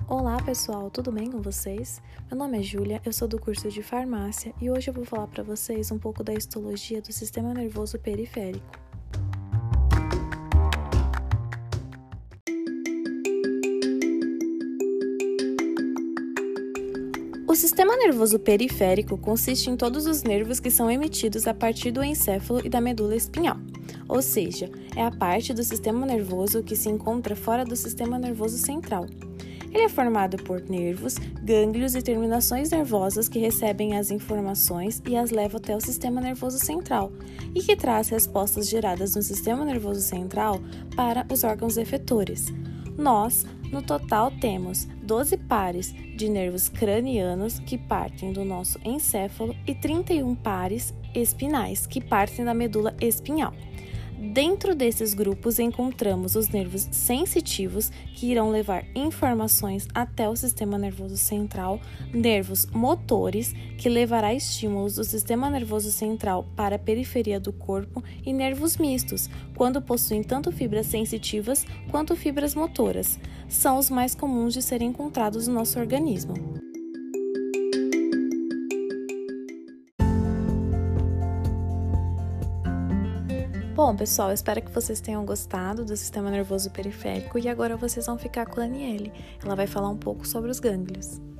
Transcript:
Olá pessoal, tudo bem com vocês? Meu nome é Júlia, eu sou do curso de farmácia e hoje eu vou falar para vocês um pouco da histologia do sistema nervoso periférico. O sistema nervoso periférico consiste em todos os nervos que são emitidos a partir do encéfalo e da medula espinhal, ou seja, é a parte do sistema nervoso que se encontra fora do sistema nervoso central. Ele é formado por nervos, gânglios e terminações nervosas que recebem as informações e as levam até o sistema nervoso central, e que traz respostas geradas no sistema nervoso central para os órgãos efetores. Nós, no total, temos 12 pares de nervos cranianos que partem do nosso encéfalo e 31 pares espinais que partem da medula espinhal. Dentro desses grupos encontramos os nervos sensitivos, que irão levar informações até o sistema nervoso central, nervos motores, que levará estímulos do sistema nervoso central para a periferia do corpo, e nervos mistos, quando possuem tanto fibras sensitivas quanto fibras motoras. São os mais comuns de serem encontrados no nosso organismo. Bom, pessoal, eu espero que vocês tenham gostado do sistema nervoso periférico e agora vocês vão ficar com a Aniele. Ela vai falar um pouco sobre os gânglios.